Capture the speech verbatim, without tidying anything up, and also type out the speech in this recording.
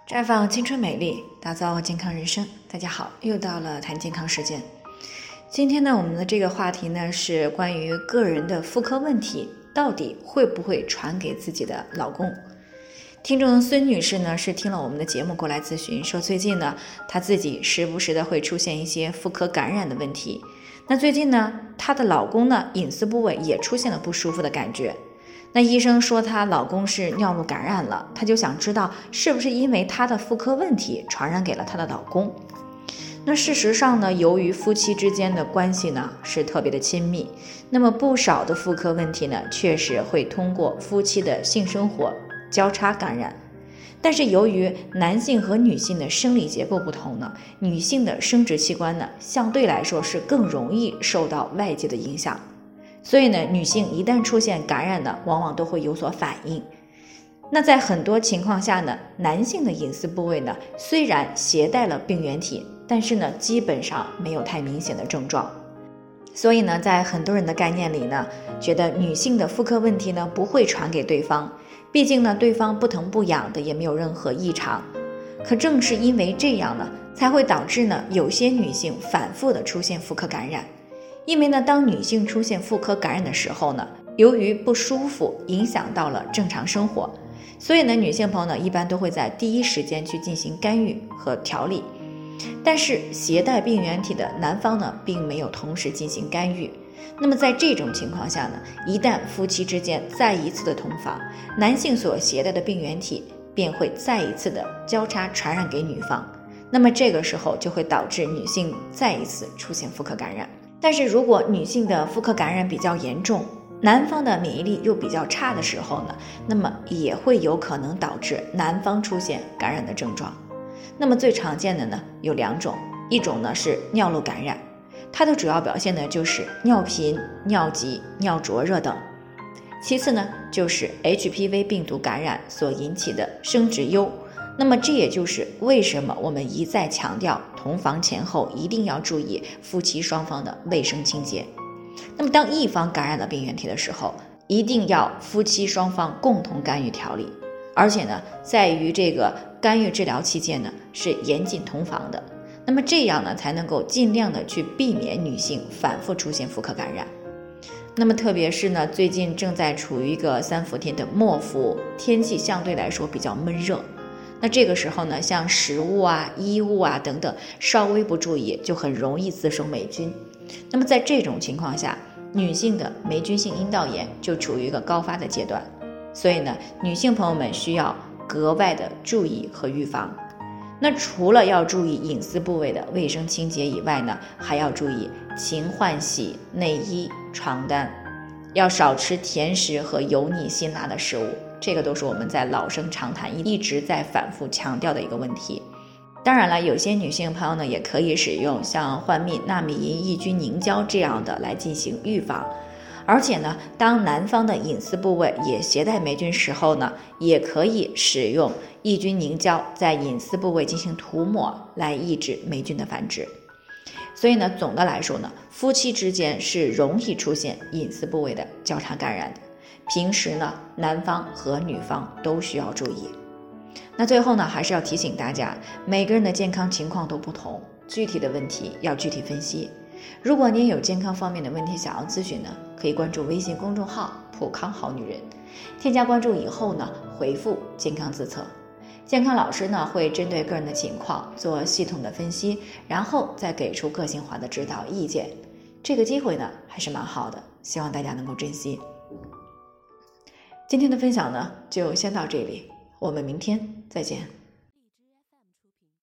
绽放青春美丽，打造健康人生。大家好，又到了谈健康时间。今天呢，我们的这个话题呢是关于个人的妇科问题，到底会不会传给自己的老公？听众孙女士呢是听了我们的节目过来咨询，说最近呢她自己时不时的会出现一些妇科感染的问题。那最近呢，她的老公呢隐私部位也出现了不舒服的感觉。那医生说她老公是尿路感染了，她就想知道是不是因为她的妇科问题传染给了她的老公。那事实上呢，由于夫妻之间的关系呢是特别的亲密，那么不少的妇科问题呢确实会通过夫妻的性生活交叉感染。但是由于男性和女性的生理结构不同呢，女性的生殖器官呢相对来说是更容易受到外界的影响。所以呢，女性一旦出现感染呢，往往都会有所反应。那在很多情况下呢，男性的隐私部位呢，虽然携带了病原体，但是呢，基本上没有太明显的症状。所以呢，在很多人的概念里呢，觉得女性的妇科问题呢，不会传给对方，毕竟呢，对方不疼不痒的，也没有任何异常。可正是因为这样呢，才会导致呢，有些女性反复的出现妇科感染。因为呢，当女性出现妇科感染的时候呢，由于不舒服影响到了正常生活，所以呢，女性朋友呢一般都会在第一时间去进行干预和调理。但是携带病原体的男方呢，并没有同时进行干预。那么在这种情况下呢，一旦夫妻之间再一次的同房，男性所携带的病原体便会再一次的交叉传染给女方。那么这个时候就会导致女性再一次出现妇科感染。但是如果女性的妇科感染比较严重，男方的免疫力又比较差的时候呢，那么也会有可能导致男方出现感染的症状。那么最常见的呢有两种，一种呢是尿路感染，它的主要表现呢就是尿频、尿急、尿灼热等。其次呢就是 H P V 病毒感染所引起的生殖疣。那么这也就是为什么我们一再强调同房前后一定要注意夫妻双方的卫生清洁。那么当一方感染了病原体的时候，一定要夫妻双方共同干预调理，而且呢，在于这个干预治疗期间呢，是严禁同房的。那么这样呢，才能够尽量的去避免女性反复出现妇科感染。那么特别是呢，最近正在处于一个三伏天的末伏，天气相对来说比较闷热。那这个时候呢，像食物啊、衣物啊等等，稍微不注意就很容易滋生霉菌。那么在这种情况下，女性的霉菌性阴道炎就处于一个高发的阶段。所以呢，女性朋友们需要格外的注意和预防。那除了要注意隐私部位的卫生清洁以外呢，还要注意勤换洗内衣、床单，要少吃甜食和油腻辛辣的食物。这个都是我们在老生常谈一直在反复强调的一个问题。当然了，有些女性朋友呢也可以使用像幻蜜、纳米银抑菌凝胶这样的来进行预防。而且呢，当男方的隐私部位也携带霉菌时候呢，也可以使用抑菌凝胶在隐私部位进行涂抹来抑制霉菌的繁殖。所以呢，总的来说呢，夫妻之间是容易出现隐私部位的交叉感染的。平时呢，男方和女方都需要注意。那最后呢，还是要提醒大家，每个人的健康情况都不同，具体的问题要具体分析。如果您有健康方面的问题想要咨询呢，可以关注微信公众号普康好女人，添加关注以后呢，回复健康自测，健康老师呢会针对个人的情况做系统的分析，然后再给出个性化的指导意见。这个机会呢还是蛮好的，希望大家能够珍惜。今天的分享呢就先到这里，我们明天再见。